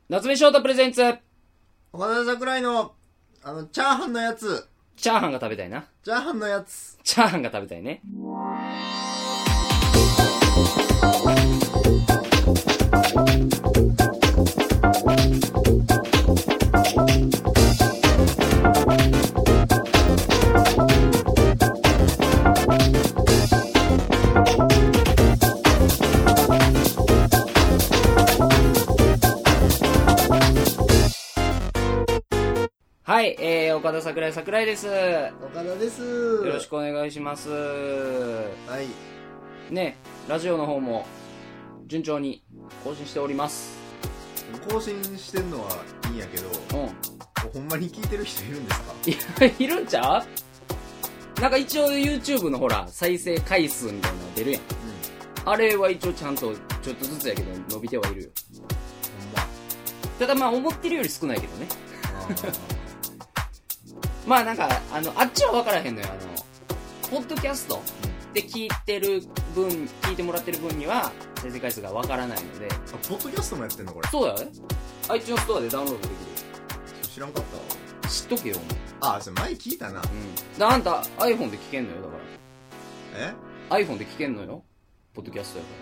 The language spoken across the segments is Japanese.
夏目翔太プレゼンツ。 岡田桜井の、チャーハンのやつ。 チャーハンが食べたいな。 チャーハンのやつ。 チャーハンが食べたいね。はい、岡田桜井です。 岡田です。 よろしくお願いします。 はい。 ね、ラジオの方も順調に更新しております。 更新してんのはいいんやけど、ほんまに聞いてる人いるんですか？ いるんちゃう？なんか一応 YouTube のほら、再生回数みたいなの出るやん。あれは一応ちゃんとちょっとずつやけど伸びてはいるよ。 ほんま。 ただまあ思ってるより少ないけどね。まあなんかあっちは分からへんのよ。ポッドキャストで聞いてもらってる分には再生回数が分からないので。 ポッドキャストもやってんのこれ？ そうだよね。iTunes ストアでダウンロードできる。 知らんかったわ。知っとけよ。 それ前聞いたな。 あんた iPhone で聞けんのよ。だかえ？ ら iPhone で聞けんのよ、ポッドキャストやから。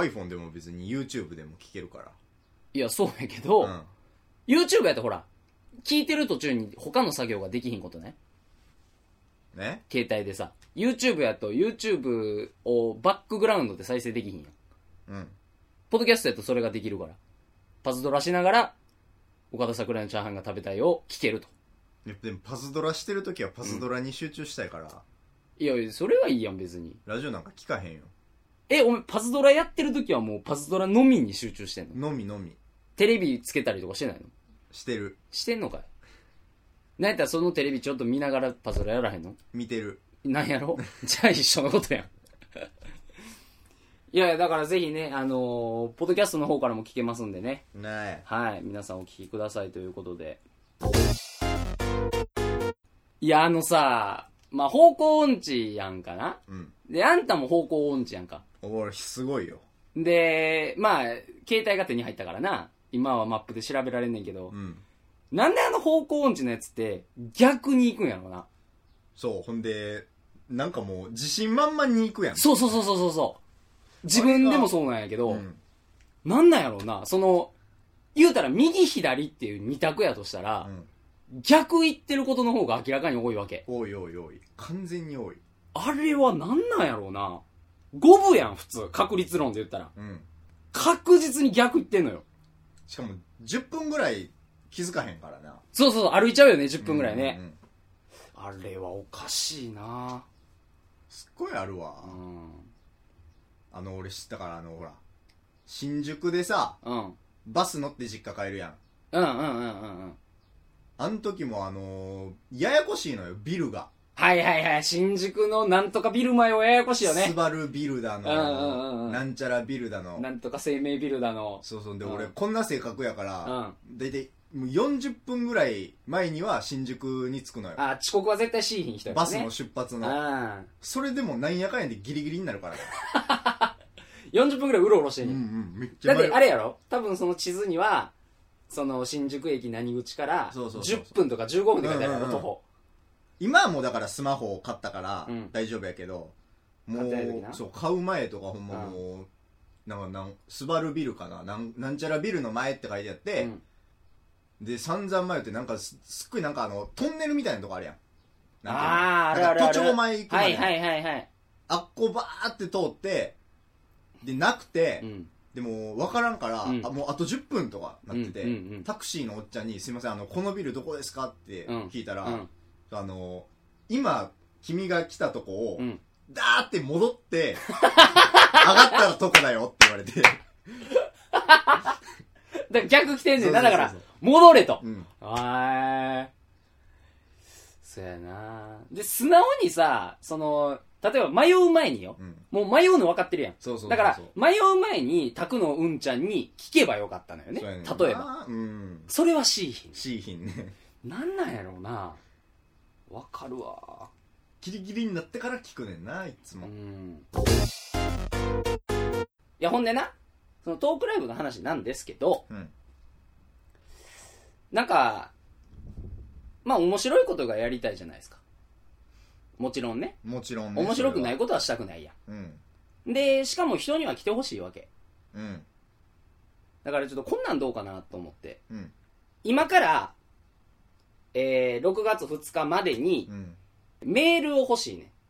いや iPhone でも別に YouTube でも聞けるから。 いやそうやけど、YouTube やったらほら聞いてる途中に他の作業ができひんことね。 ね？ 携帯でさ YouTube やと YouTube をバックグラウンドで再生できひんやん。ポッドキャストやとそれができるから、パズドラしながら岡田桜井のチャーハンが食べたいを聞けると。 でもパズドラしてるときはパズドラに集中したいから、 いやそれはいいやん別に。 ラジオなんか聞かへんよ。 お前パズドラやってるときはもうパズドラのみに集中してんの？ のみテレビつけたりとかしてないの？ してる。 してんのかい。なんやったらそのテレビちょっと見ながらパズドラやらへんの？ 見てる。 なんやろじゃあ一緒のことやん。いやだからぜひね、ポッドキャストの方からも聞けますんでね。はい、皆さんお聞きくださいということで。いやさ、まあ方向音痴やんかな。であんたも方向音痴やんか。 俺すごいよ。 でまあ携帯が手に入ったからな、今はマップで調べられんねんけど、なんで方向音痴のやつって逆に行くんやろな。 そう、ほんでなんかもう自信満々に行くやん。 そう自分でもそうなんやけど、なんなんやろうな。言うたら右左っていう二択やとしたら、逆行ってることの方が明らかに多いわけ。 多い完全に多い。 あれはなんなんやろうな。五分やん普通、確率論で言ったら、確実に逆行ってんのよ。 しかも10分ぐらい気づかへんからな。 そう歩いちゃうよね、10分ぐらいね。あれはおかしいな。 すっごいあるわ。俺知ったから、ほら新宿でさ、バス乗って実家帰るやん。あん時もややこしいのよ、ビルが。 はい新宿のなんとかビル前はややこしいよね。 スバルビルだの、なんちゃらビルだの、 なんとか生命ビルだの。 そうで、俺こんな性格やから、だいたい40分ぐらい前には新宿に着くのよ。 遅刻は絶対しいひん人やね。 バスの出発の。それでもなんやかんやでギリギリになるからね。 40分ぐらいうろうろしてんねん。 めっちゃだってあれやろ、多分その地図には新宿駅何口から10分とか15分とかでやるやろ、徒歩。 今はもうだからスマホを買ったから大丈夫やけど、もう買う前とかほんまもうなんスバルビルかな、なんちゃらビルの前って書いてあって、で散々迷って、なんかすっごいなんかトンネルみたいなとこあるやん。 ある都庁前行くまで、 はいあっこバーって通って、でなくて、でも分からんから、もうあと10分とかなってて、タクシーのおっちゃんに「すいません、このビルどこですか?」って聞いたら、今君が来たとこを、ダーって戻って上がったらとこだよって言われて。 だから逆来てんねんな。だから戻れと。そうやな。で素直にさ、例えば迷う前によ、もう迷うの分かってるやん。だから迷う前に拓のうんちゃんに聞けばよかったのよね。例えばそれはしいひんね。 なんなんやろうな。分かるわ。 ギリギリになってから聞くねんな、いつも。 いやほんでな、そのトークライブの話なんですけど、 なんかまあ面白いことがやりたいじゃないですか。もちろんね。 もちろんね。 面白くないことはしたくないや。でしかも人には来てほしいわけ。だからちょっとこんなんどうかなと思って、今から、6月2日までに、メールを欲しいね、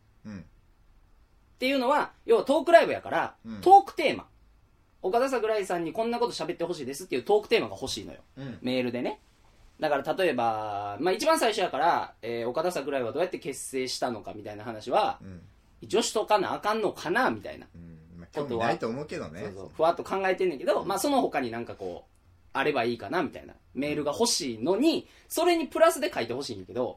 っていうのは要はトークライブやから、トークテーマ、岡田桜井さんにこんなこと喋ってほしいですっていうトークテーマが欲しいのよ、メールでね。だから例えば、まあ、一番最初やから、岡田桜井はどうやって結成したのかみたいな話は、女子とかなあかんのかなみたいなことは、ないと思うけどね。 そうそうふわっと考えてんねんけど、まあ、その他になんかこうあればいいかなみたいなメールが欲しいのに、それにプラスで書いて欲しいんだけど、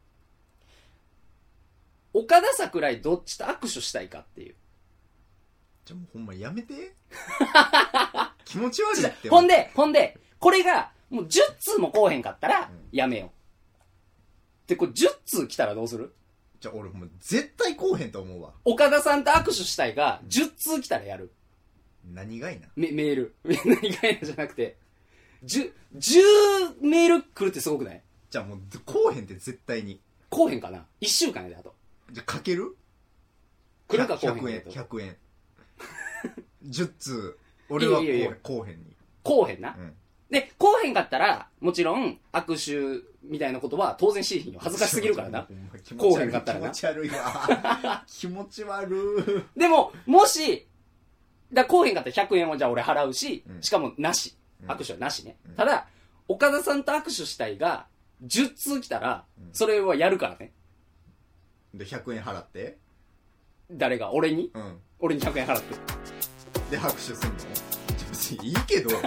岡田桜井どっちと握手したいかっていう。 じゃあもうほんまやめて気持ち悪いって。 ほんでこれがもう10通もこうへんかったらやめよう、でこれ10通来たらどうする？ じゃあ俺もう絶対こうへんと思うわ。 岡田さんと握手したいが10通来たらやる。 何がいいな。 メール何がいいなじゃなくて 10メール来るってすごくない？ じゃあもうこうへんって絶対に。 こうへんかな。1週間やで。あとじゃあかける来るかこうへんか。 100円10通俺はこうへんに。 こうへんな、でこうへんかったらもちろん握手みたいなことは当然しーひんよ。恥ずかしすぎるからな。こうへんかったらな。 気持ち悪いわ気持ち悪い。でももしこうへんかったら100円をじゃあ俺払うし、しかもなし、握手はなしね、ただ岡田さんと握手したいが10通来たらそれはやるからね。 で100円払って。 誰が？俺に、俺に100円払ってで拍手すんの？いいけどい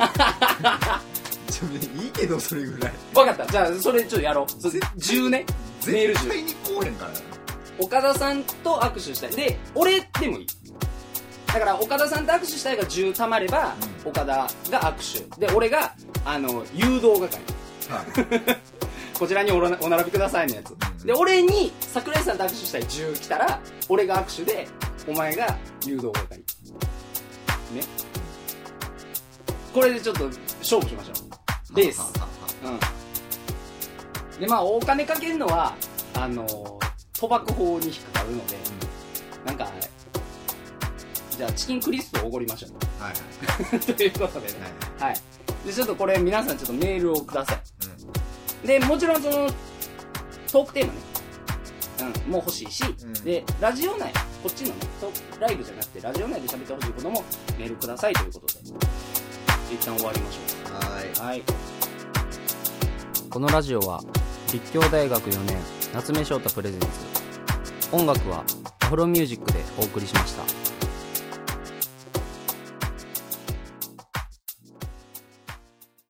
いけどそれぐらい。 分かった。じゃあそれちょっとやろう。10ね。メール10。 絶対にこうへんからな。 岡田さんと握手したい。で俺でもいい。だから岡田さんと握手したいが10貯まれば、岡田が握手で俺が誘導係、こちらにお並びくださいのやつ、で俺に桜井さんと握手したい10来たら俺が握手でお前が誘導係ね。これでちょっと勝負しましょう。レース。でまあお金かけるのは賭博法に引っかかるので、なんかじゃあチキンクリスプをおごりましょう。ということでね。はい。でちょっとこれ皆さんちょっとメールをください。でもちろんそのトークテーマね、もう欲しいし、でラジオ内こっちのねライブじゃなくてラジオ内で喋ってほしいこともメールくださいということで一旦終わりましょう。はい。このラジオは立教大学4年夏目翔太プレゼンツ、音楽はアフロミュージックでお送りしました。